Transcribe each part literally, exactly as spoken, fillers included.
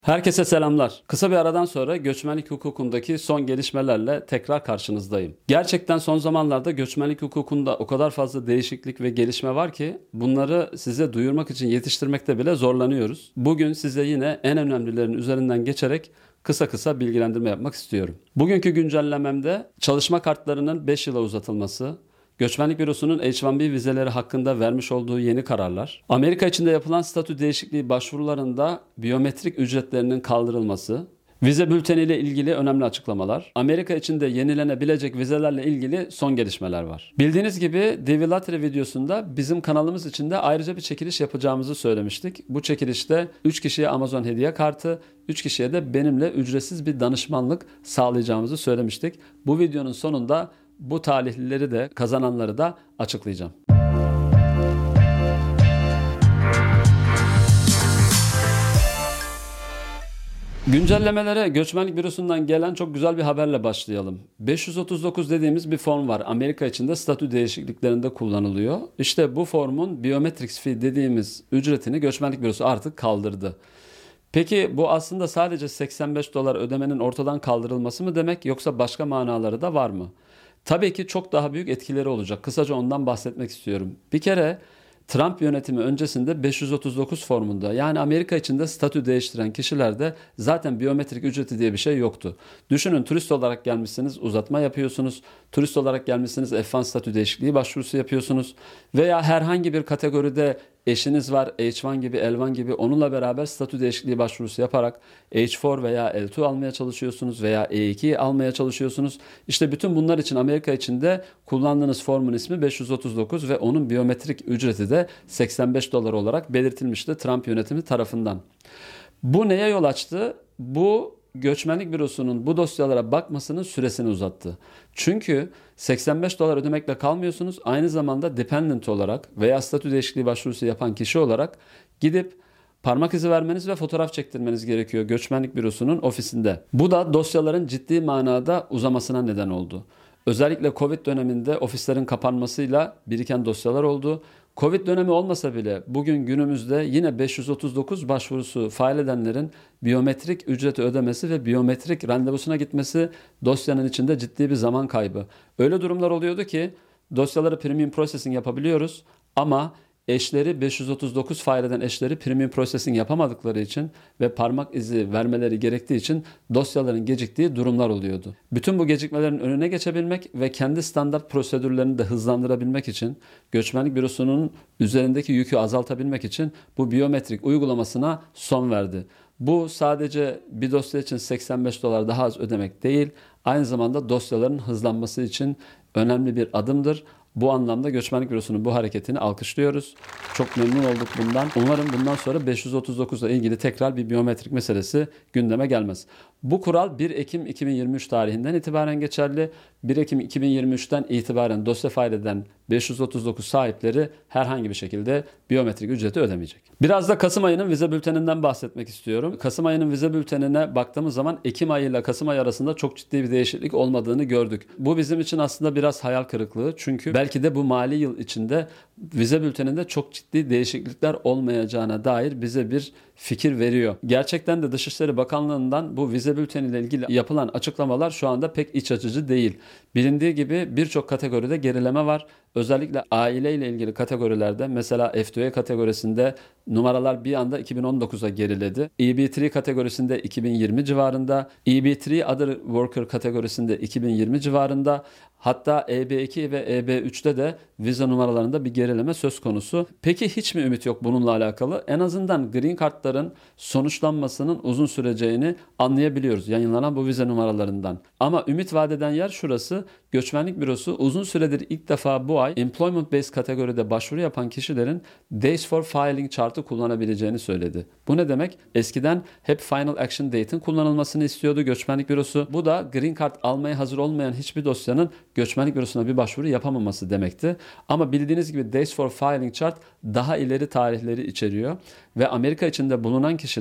Herkese selamlar. Kısa bir aradan sonra göçmenlik hukukundaki son gelişmelerle tekrar karşınızdayım. Gerçekten son zamanlarda göçmenlik hukukunda o kadar fazla değişiklik ve gelişme var ki bunları size duyurmak için yetiştirmekte bile zorlanıyoruz. Bugün size yine en önemlilerin üzerinden geçerek kısa kısa bilgilendirme yapmak istiyorum. Bugünkü güncellememde çalışma kartlarının beş yıla uzatılması, Göçmenlik Bürosu'nun H bir B vizeleri hakkında vermiş olduğu yeni kararlar, Amerika içinde yapılan statü değişikliği başvurularında biyometrik ücretlerinin kaldırılması, vize bülteni ile ilgili önemli açıklamalar, Amerika içinde yenilenebilecek vizelerle ilgili son gelişmeler var. Bildiğiniz gibi Divilatri videosunda bizim kanalımız içinde ayrıca bir çekiliş yapacağımızı söylemiştik. Bu çekilişte üç kişiye Amazon hediye kartı, üç kişiye de benimle ücretsiz bir danışmanlık sağlayacağımızı söylemiştik. Bu videonun sonunda bu talihlileri de kazananları da açıklayacağım. Güncellemelere Göçmenlik Bürosu'ndan gelen çok güzel bir haberle başlayalım. beş yüz otuz dokuz dediğimiz bir form var. Amerika içinde statü değişikliklerinde kullanılıyor. İşte bu formun biometrics fee dediğimiz ücretini Göçmenlik Bürosu artık kaldırdı. Peki bu aslında sadece seksen beş dolar ödemenin ortadan kaldırılması mı demek, yoksa başka manaları da var mı? Tabii ki çok daha büyük etkileri olacak. Kısaca ondan bahsetmek istiyorum. Bir kere Trump yönetimi öncesinde beş yüz otuz dokuz formunda, yani Amerika içinde statü değiştiren kişilerde zaten biyometrik ücreti diye bir şey yoktu. Düşünün, turist olarak gelmişsiniz, uzatma yapıyorsunuz. Turist olarak gelmişsiniz, F bir statü değişikliği başvurusu yapıyorsunuz. Veya herhangi bir kategoride eşiniz var, H bir gibi, L bir gibi, onunla beraber statü değişikliği başvurusu yaparak H dört veya L iki almaya çalışıyorsunuz veya E iki almaya çalışıyorsunuz. İşte bütün bunlar için Amerika içinde kullandığınız formun ismi beş yüz otuz dokuz ve onun biyometrik ücreti de seksen beş dolar olarak belirtilmişti Trump yönetimi tarafından. Bu neye yol açtı? Bu Göçmenlik Bürosu'nun bu dosyalara bakmasının süresini uzattı. Çünkü seksen beş dolar ödemekle kalmıyorsunuz. Aynı zamanda dependent olarak veya statü değişikliği başvurusu yapan kişi olarak gidip parmak izi vermeniz ve fotoğraf çektirmeniz gerekiyor Göçmenlik Bürosu'nun ofisinde. Bu da dosyaların ciddi manada uzamasına neden oldu. Özellikle Covid döneminde ofislerin kapanmasıyla biriken dosyalar oldu. Covid dönemi olmasa bile bugün günümüzde yine beş yüz otuz dokuz başvurusu fail edenlerin biyometrik ücreti ödemesi ve biyometrik randevusuna gitmesi dosyanın içinde ciddi bir zaman kaybı. Öyle durumlar oluyordu ki dosyaları premium processing yapabiliyoruz ama eşleri beş yüz otuz dokuz fail eden eşleri premium processing yapamadıkları için ve parmak izi vermeleri gerektiği için dosyaların geciktiği durumlar oluyordu. Bütün bu gecikmelerin önüne geçebilmek ve kendi standart prosedürlerini de hızlandırabilmek için, Göçmenlik Bürosu'nun üzerindeki yükü azaltabilmek için bu biyometrik uygulamasına son verdi. Bu sadece bir dosya için seksen beş dolar daha az ödemek değil, aynı zamanda dosyaların hızlanması için önemli bir adımdır. Bu anlamda Göçmenlik Bürosu'nun bu hareketini alkışlıyoruz. Çok memnun olduk bundan. Umarım bundan sonra beş yüz otuz dokuz ile ilgili tekrar bir biyometrik meselesi gündeme gelmez. Bu kural bir Ekim iki bin yirmi üç tarihinden itibaren geçerli. bir Ekim iki bin yirmi üçten itibaren dosya fail eden beş yüz otuz dokuz sahipleri herhangi bir şekilde biyometrik ücreti ödemeyecek. Biraz da Kasım ayının vize bülteninden bahsetmek istiyorum. Kasım ayının vize bültenine baktığımız zaman Ekim ayı ile Kasım ayı arasında çok ciddi bir değişiklik olmadığını gördük. Bu bizim için aslında biraz hayal kırıklığı. Çünkü belki de bu mali yıl içinde vize bülteninde çok ciddi değişiklikler olmayacağına dair bize bir fikir veriyor. Gerçekten de Dışişleri Bakanlığı'ndan bu vize bülteniyle ilgili yapılan açıklamalar şu anda pek iç açıcı değil. Bilindiği gibi birçok kategoride gerileme var. Özellikle aile ile ilgili kategorilerde, mesela F iki A kategorisinde numaralar bir anda iki bin on dokuza geriledi. E B üç kategorisinde iki bin yirmi civarında, E B üç Other Worker kategorisinde iki bin yirmi civarında, hatta E B iki ve E B üçte de vize numaralarında bir gerileme söz konusu. Peki hiç mi ümit yok bununla alakalı? En azından green card'ların sonuçlanmasının uzun süreceğini anlayabiliyoruz yayınlanan bu vize numaralarından. Ama ümit vaat eden yer şurası. Göçmenlik Bürosu uzun süredir ilk defa bu ay employment based kategoride başvuru yapan kişilerin days for filing chart'ı kullanabileceğini söyledi. Bu ne demek? Eskiden hep final action date'in kullanılmasını istiyordu Göçmenlik Bürosu. Bu da green card almaya hazır olmayan hiçbir dosyanın Göçmenlik Bürosu'na bir başvuru yapamaması demekti. Ama bildiğiniz gibi days for filing chart daha ileri tarihleri içeriyor ve Amerika içinde bulunan kişiler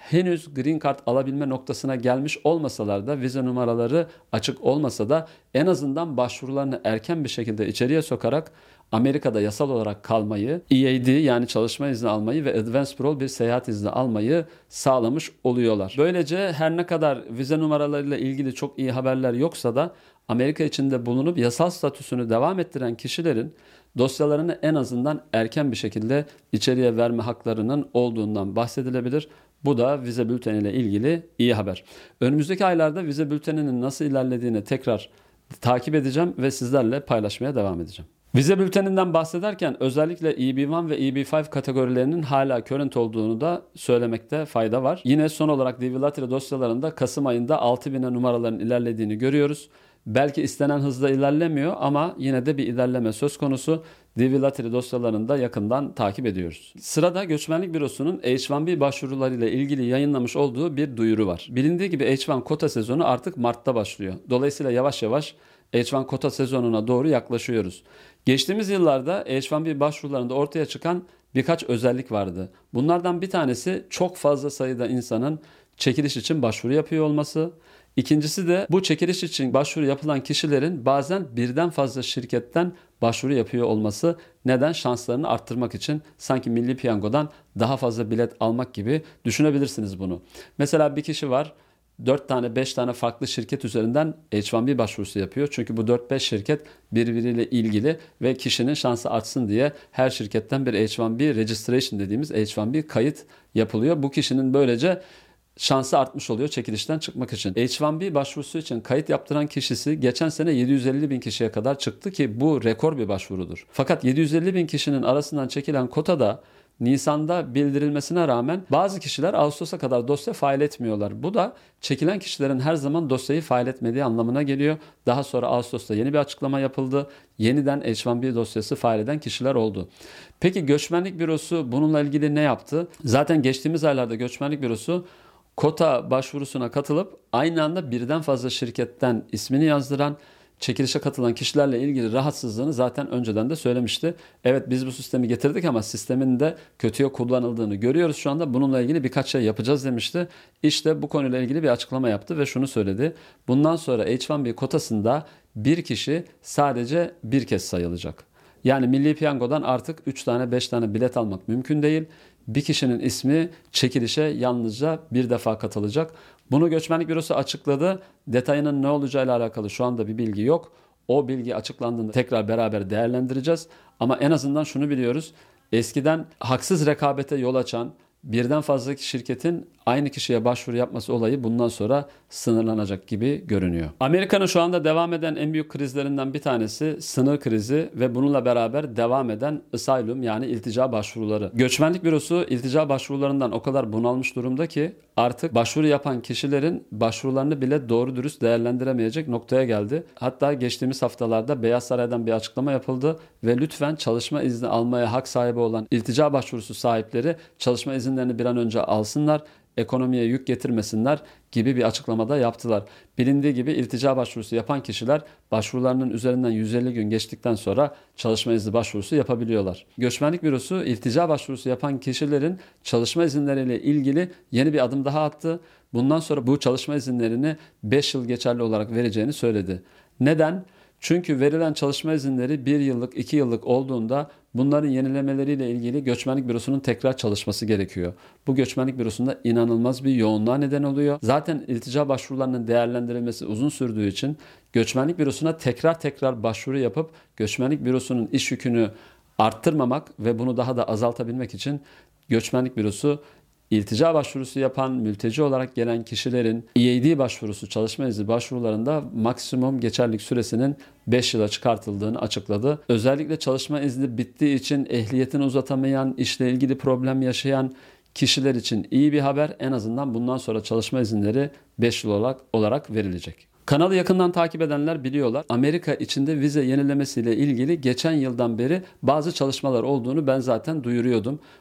henüz Green Card alabilme noktasına gelmiş olmasalar da, vize numaraları açık olmasa da en azından başvurularını erken bir şekilde içeriye sokarak Amerika'da yasal olarak kalmayı, E A D yani çalışma izni almayı ve Advance Parole bir seyahat izni almayı sağlamış oluyorlar. Böylece her ne kadar vize numaralarıyla ilgili çok iyi haberler yoksa da Amerika içinde bulunup yasal statüsünü devam ettiren kişilerin dosyalarını en azından erken bir şekilde içeriye verme haklarının olduğundan bahsedilebilir. Bu da vize bülteniyle ilgili iyi haber. Önümüzdeki aylarda vize bülteninin nasıl ilerlediğini tekrar takip edeceğim ve sizlerle paylaşmaya devam edeceğim. Vize bülteninden bahsederken özellikle E B bir ve E B beş kategorilerinin hala current olduğunu da söylemekte fayda var. Yine son olarak D V Lottery dosyalarında Kasım ayında altı bine numaraların ilerlediğini görüyoruz. Belki istenen hızda ilerlemiyor ama yine de bir ilerleme söz konusu. D V Lottery dosyalarını da yakından takip ediyoruz. Sırada Göçmenlik Bürosu'nun H bir B başvurularıyla ilgili yayınlamış olduğu bir duyuru var. Bilindiği gibi H bir kota sezonu artık Mart'ta başlıyor. Dolayısıyla yavaş yavaş H bir kota sezonuna doğru yaklaşıyoruz. Geçtiğimiz yıllarda H bir B başvurularında ortaya çıkan birkaç özellik vardı. Bunlardan bir tanesi çok fazla sayıda insanın çekiliş için başvuru yapıyor olması. İkincisi de bu çekiliş için başvuru yapılan kişilerin bazen birden fazla şirketten başvuru yapıyor olması. Neden? Şanslarını arttırmak için, sanki Milli Piyango'dan daha fazla bilet almak gibi düşünebilirsiniz bunu. Mesela bir kişi var, dört tane beş tane farklı şirket üzerinden H bir B başvurusu yapıyor. Çünkü bu dört beş şirket birbiriyle ilgili ve kişinin şansı artsın diye her şirketten bir H bir B registration dediğimiz H bir B kayıt yapılıyor. Bu kişinin böylece şansı artmış oluyor çekilişten çıkmak için. H bir B başvurusu için kayıt yaptıran kişisi geçen sene yedi yüz elli bin kişiye kadar çıktı ki bu rekor bir başvurudur. Fakat yedi yüz elli bin kişinin arasından çekilen kotada Nisan'da bildirilmesine rağmen bazı kişiler Ağustos'a kadar dosya fail etmiyorlar. Bu da çekilen kişilerin her zaman dosyayı fail etmediği anlamına geliyor. Daha sonra Ağustos'ta yeni bir açıklama yapıldı. Yeniden H bir B dosyası fail eden kişiler oldu. Peki Göçmenlik Bürosu bununla ilgili ne yaptı? Zaten geçtiğimiz aylarda Göçmenlik Bürosu kota başvurusuna katılıp aynı anda birden fazla şirketten ismini yazdıran, çekilişe katılan kişilerle ilgili rahatsızlığını zaten önceden de söylemişti. Evet, biz bu sistemi getirdik ama sistemin de kötüye kullanıldığını görüyoruz şu anda. Bununla ilgili birkaç şey yapacağız demişti. İşte bu konuyla ilgili bir açıklama yaptı ve şunu söyledi. Bundan sonra H bir B kotasında bir kişi sadece bir kez sayılacak. Yani Milli Piyango'dan artık üç tane beş tane bilet almak mümkün değil. Bir kişinin ismi çekilişe yalnızca bir defa katılacak. Bunu Göçmenlik Bürosu açıkladı. Detayının ne olacağıyla alakalı şu anda bir bilgi yok. O bilgi açıklandığında tekrar beraber değerlendireceğiz. Ama en azından şunu biliyoruz. Eskiden haksız rekabete yol açan birden fazla şirketin aynı kişiye başvuru yapması olayı bundan sonra sınırlanacak gibi görünüyor. Amerika'nın şu anda devam eden en büyük krizlerinden bir tanesi sınır krizi ve bununla beraber devam eden asylum yani iltica başvuruları. Göçmenlik Bürosu iltica başvurularından o kadar bunalmış durumda ki artık başvuru yapan kişilerin başvurularını bile doğru dürüst değerlendiremeyecek noktaya geldi. Hatta geçtiğimiz haftalarda Beyaz Saray'dan bir açıklama yapıldı ve lütfen çalışma izni almaya hak sahibi olan iltica başvurusu sahipleri çalışma izinlerini bir an önce alsınlar, ekonomiye yük getirmesinler gibi bir açıklamada yaptılar. Bilindiği gibi iltica başvurusu yapan kişiler başvurularının üzerinden yüz elli gün geçtikten sonra çalışma izni başvurusu yapabiliyorlar. Göçmenlik Bürosu iltica başvurusu yapan kişilerin çalışma izinleriyle ilgili yeni bir adım daha attı. Bundan sonra bu çalışma izinlerini beş yıl geçerli olarak vereceğini söyledi. Neden? Çünkü verilen çalışma izinleri bir yıllık, iki yıllık olduğunda bunların yenilemeleriyle ilgili Göçmenlik Bürosu'nun tekrar çalışması gerekiyor. Bu Göçmenlik Bürosu'nda inanılmaz bir yoğunluğa neden oluyor. Zaten iltica başvurularının değerlendirilmesi uzun sürdüğü için Göçmenlik Bürosu'na tekrar tekrar başvuru yapıp Göçmenlik Bürosu'nun iş yükünü arttırmamak ve bunu daha da azaltabilmek için Göçmenlik Bürosu İltica başvurusu yapan, mülteci olarak gelen kişilerin E A D başvurusu, çalışma izni başvurularında maksimum geçerlilik süresinin beş yıla çıkartıldığını açıkladı. Özellikle çalışma izni bittiği için ehliyetini uzatamayan, işle ilgili problem yaşayan kişiler için iyi bir haber. En azından bundan sonra çalışma izinleri beş yıl olarak, olarak verilecek. Kanalı yakından takip edenler biliyorlar. Amerika içinde vize yenilemesiyle ilgili geçen yıldan beri bazı çalışmalar olduğunu ben zaten duyuruyordum.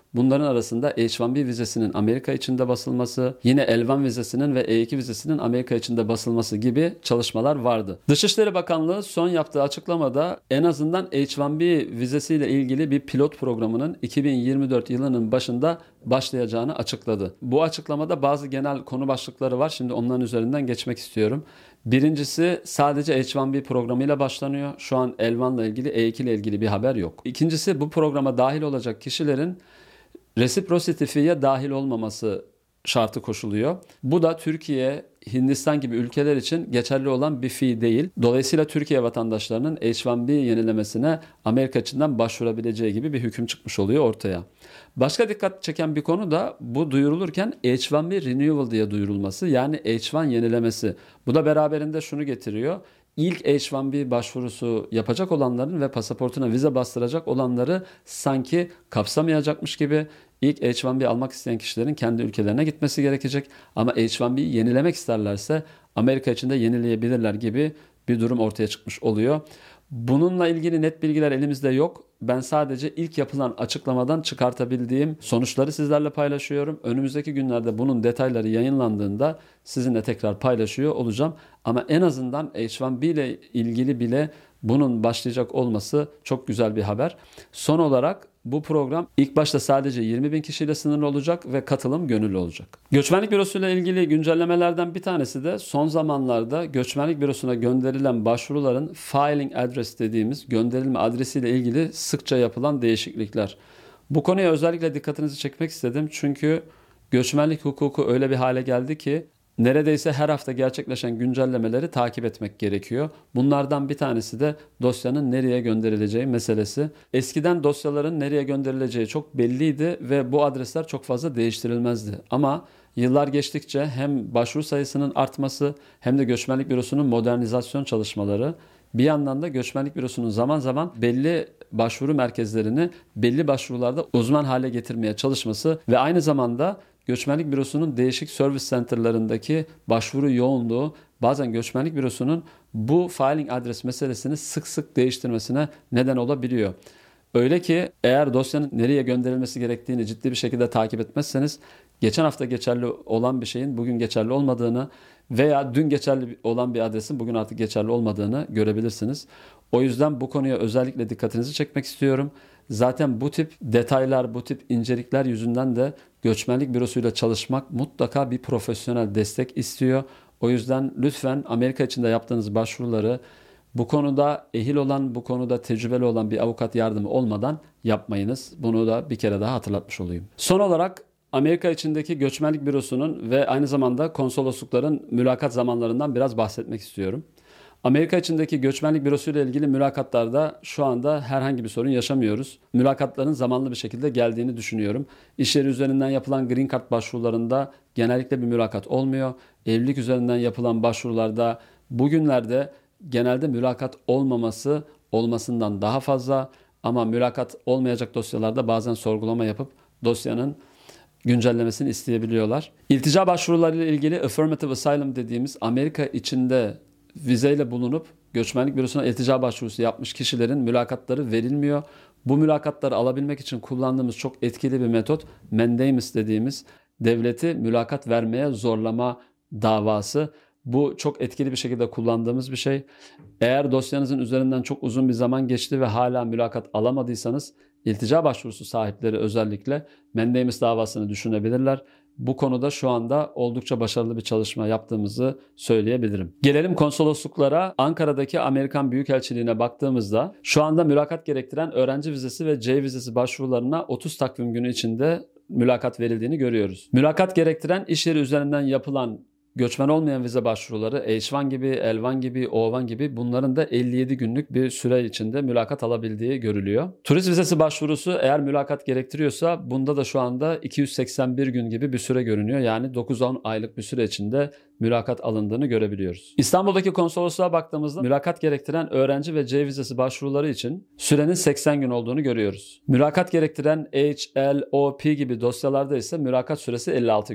Bunların arasında H bir B vizesinin Amerika içinde basılması, yine L bir vizesinin ve E iki vizesinin Amerika içinde basılması gibi çalışmalar vardı. Dışişleri Bakanlığı son yaptığı açıklamada en azından H bir B vizesiyle ilgili bir pilot programının iki bin yirmi dört yılının başında başlayacağını açıkladı. Bu açıklamada bazı genel konu başlıkları var. Şimdi onların üzerinden geçmek istiyorum. Birincisi sadece H bir B programıyla başlanıyor. Şu an L bir ile ilgili, E iki ile ilgili bir haber yok. İkincisi bu programa dahil olacak kişilerin reciprocity fee'ye dahil olmaması şartı koşuluyor. Bu da Türkiye, Hindistan gibi ülkeler için geçerli olan bir fee değil. Dolayısıyla Türkiye vatandaşlarının H bir B yenilemesine Amerika içinden başvurabileceği gibi bir hüküm çıkmış oluyor ortaya. Başka dikkat çeken bir konu da bu duyurulurken H bir renewal diye duyurulması, yani H bir yenilemesi. Bu da beraberinde şunu getiriyor. İlk H bir başvurusu yapacak olanların ve pasaportuna vize bastıracak olanları sanki kapsamayacakmış gibi ilk H bir almak isteyen kişilerin kendi ülkelerine gitmesi gerekecek. Ama H bir yenilemek isterlerse Amerika içinde yenileyebilirler gibi bir durum ortaya çıkmış oluyor. Bununla ilgili net bilgiler elimizde yok. Ben sadece ilk yapılan açıklamadan çıkartabildiğim sonuçları sizlerle paylaşıyorum. Önümüzdeki günlerde bunun detayları yayınlandığında sizinle tekrar paylaşıyor olacağım. Ama en azından H bir ile ilgili bile bunun başlayacak olması çok güzel bir haber. Son olarak bu program ilk başta sadece yirmi bin kişiyle sınırlı olacak ve katılım gönüllü olacak. Göçmenlik Bürosu ile ilgili güncellemelerden bir tanesi de son zamanlarda Göçmenlik Bürosu'na gönderilen başvuruların filing address dediğimiz gönderilme adresiyle ilgili sıkça yapılan değişiklikler. Bu konuya özellikle dikkatinizi çekmek istedim çünkü göçmenlik hukuku öyle bir hale geldi ki neredeyse her hafta gerçekleşen güncellemeleri takip etmek gerekiyor. Bunlardan bir tanesi de dosyanın nereye gönderileceği meselesi. Eskiden dosyaların nereye gönderileceği çok belliydi ve bu adresler çok fazla değiştirilmezdi. Ama yıllar geçtikçe hem başvuru sayısının artması hem de Göçmenlik Bürosu'nun modernizasyon çalışmaları, bir yandan da Göçmenlik Bürosu'nun zaman zaman belli başvuru merkezlerini belli başvurularda uzman hale getirmeye çalışması ve aynı zamanda Göçmenlik Bürosu'nun değişik service center'larındaki başvuru yoğunluğu bazen Göçmenlik Bürosu'nun bu filing adres meselesini sık sık değiştirmesine neden olabiliyor. Öyle ki eğer dosyanın nereye gönderilmesi gerektiğini ciddi bir şekilde takip etmezseniz geçen hafta geçerli olan bir şeyin bugün geçerli olmadığını veya dün geçerli olan bir adresin bugün artık geçerli olmadığını görebilirsiniz. O yüzden bu konuya özellikle dikkatinizi çekmek istiyorum. Zaten bu tip detaylar, bu tip incelikler yüzünden de Göçmenlik Bürosu'yla çalışmak mutlaka bir profesyonel destek istiyor. O yüzden lütfen Amerika içinde yaptığınız başvuruları bu konuda ehil olan, bu konuda tecrübeli olan bir avukat yardımı olmadan yapmayınız. Bunu da bir kere daha hatırlatmış olayım. Son olarak Amerika içindeki Göçmenlik Bürosu'nun ve aynı zamanda konsoloslukların mülakat zamanlarından biraz bahsetmek istiyorum. Amerika içindeki Göçmenlik Bürosu ile ilgili mülakatlarda şu anda herhangi bir sorun yaşamıyoruz. Mülakatların zamanlı bir şekilde geldiğini düşünüyorum. İş yeri üzerinden yapılan Green Card başvurularında genellikle bir mülakat olmuyor. Evlilik üzerinden yapılan başvurularda bugünlerde genelde mülakat olmaması olmasından daha fazla, ama mülakat olmayacak dosyalarda bazen sorgulama yapıp dosyanın güncellemesini isteyebiliyorlar. İltica başvuruları ile ilgili Affirmative Asylum dediğimiz Amerika içinde vizeyle bulunup Göçmenlik Bürosu'na iltica başvurusu yapmış kişilerin mülakatları verilmiyor. Bu mülakatları alabilmek için kullandığımız çok etkili bir metot mandamus dediğimiz devleti mülakat vermeye zorlama davası. Bu çok etkili bir şekilde kullandığımız bir şey. Eğer dosyanızın üzerinden çok uzun bir zaman geçti ve hala mülakat alamadıysanız iltica başvurusu sahipleri özellikle mandamus davasını düşünebilirler. Bu konuda şu anda oldukça başarılı bir çalışma yaptığımızı söyleyebilirim. Gelelim konsolosluklara. Ankara'daki Amerikan Büyükelçiliğine baktığımızda şu anda mülakat gerektiren öğrenci vizesi ve C vizesi başvurularına otuz takvim günü içinde mülakat verildiğini görüyoruz. Mülakat gerektiren iş yeri üzerinden yapılan göçmen olmayan vize başvuruları H bir gibi, L bir gibi, O bir gibi bunların da elli yedi günlük bir süre içinde mülakat alabildiği görülüyor. Turist vizesi başvurusu eğer mülakat gerektiriyorsa bunda da şu anda iki yüz seksen bir gün gibi bir süre görünüyor. Yani dokuz on aylık bir süre içinde mülakat alındığını görebiliyoruz. İstanbul'daki konsolosluğa baktığımızda mülakat gerektiren öğrenci ve C vizesi başvuruları için sürenin seksen gün olduğunu görüyoruz. Mülakat gerektiren H, L, O, P gibi dosyalarda ise mülakat süresi elli altı gün.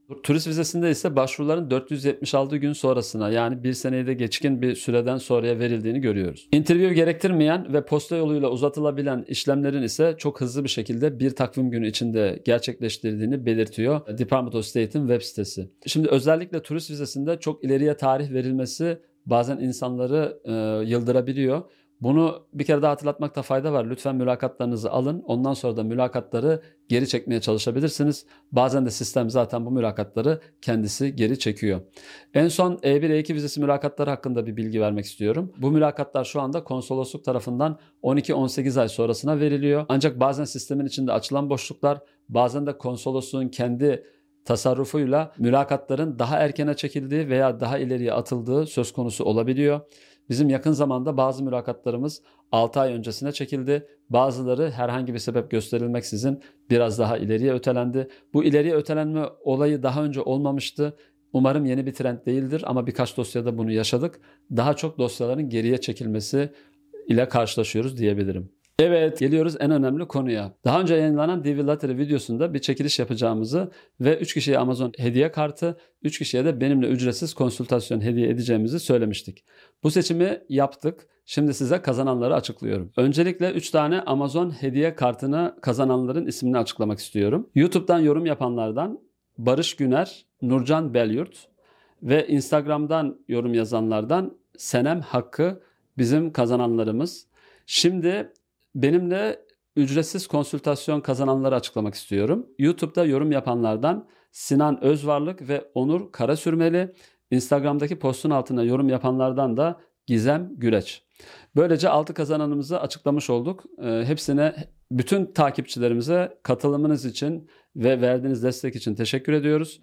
Turist vizesinde ise başvuruların dört yüz yetmiş altı gün sonrasına, yani bir seneyi de geçkin bir süreden sonraya verildiğini görüyoruz. Interview gerektirmeyen ve posta yoluyla uzatılabilen işlemlerin ise çok hızlı bir şekilde bir takvim günü içinde gerçekleştirdiğini belirtiyor Department of State'in web sitesi. Şimdi özellikle turist vizesinde çok ileriye tarih verilmesi bazen insanları e, yıldırabiliyor. Bunu bir kere daha hatırlatmakta fayda var. Lütfen mülakatlarınızı alın. Ondan sonra da mülakatları geri çekmeye çalışabilirsiniz. Bazen de sistem zaten bu mülakatları kendisi geri çekiyor. En son E bir E iki vizesi mülakatları hakkında bir bilgi vermek istiyorum. Bu mülakatlar şu anda konsolosluk tarafından on iki on sekiz ay sonrasına veriliyor. Ancak bazen sistemin içinde açılan boşluklar, bazen de konsolosluğun kendi tasarrufuyla mülakatların daha erkene çekildiği veya daha ileriye atıldığı söz konusu olabiliyor. Bizim yakın zamanda bazı mülakatlarımız altı ay öncesine çekildi. Bazıları herhangi bir sebep gösterilmeksizin biraz daha ileriye ötelendi. Bu ileriye ötelenme olayı daha önce olmamıştı. Umarım yeni bir trend değildir ama birkaç dosyada bunu yaşadık. Daha çok dosyaların geriye çekilmesi ile karşılaşıyoruz diyebilirim. Evet, geliyoruz en önemli konuya. Daha önce yayınlanan D V Lottery videosunda bir çekiliş yapacağımızı ve üç kişiye Amazon hediye kartı, üç kişiye de benimle ücretsiz konsültasyon hediye edeceğimizi söylemiştik. Bu seçimi yaptık. Şimdi size kazananları açıklıyorum. Öncelikle üç tane Amazon hediye kartını kazananların ismini açıklamak istiyorum. YouTube'dan yorum yapanlardan Barış Güner, Nurcan Belyurt ve Instagram'dan yorum yazanlardan Senem Hakkı bizim kazananlarımız. Şimdi benimle ücretsiz konsültasyon kazananları açıklamak istiyorum. YouTube'da yorum yapanlardan Sinan Özvarlık ve Onur Karasürmeli, Instagram'daki postun altına yorum yapanlardan da Gizem Güleç. Böylece altı kazananımızı açıklamış olduk. Ee, hepsine, bütün takipçilerimize katılımınız için ve verdiğiniz destek için teşekkür ediyoruz.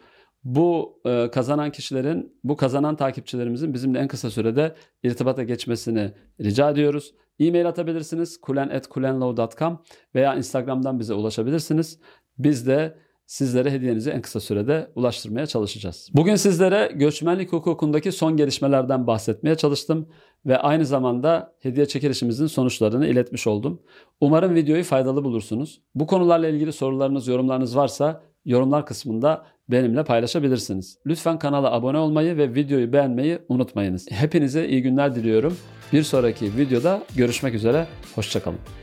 Bu e, kazanan kişilerin, bu kazanan takipçilerimizin bizimle en kısa sürede irtibata geçmesini rica ediyoruz. E-mail atabilirsiniz kulen at kulenlaw dot com veya Instagram'dan bize ulaşabilirsiniz. Biz de sizlere hediyenizi en kısa sürede ulaştırmaya çalışacağız. Bugün sizlere göçmenlik hukukundaki son gelişmelerden bahsetmeye çalıştım ve aynı zamanda hediye çekilişimizin sonuçlarını iletmiş oldum. Umarım videoyu faydalı bulursunuz. Bu konularla ilgili sorularınız, yorumlarınız varsa yorumlar kısmında benimle paylaşabilirsiniz. Lütfen kanala abone olmayı ve videoyu beğenmeyi unutmayınız. Hepinize iyi günler diliyorum. Bir sonraki videoda görüşmek üzere. Hoşça kalın.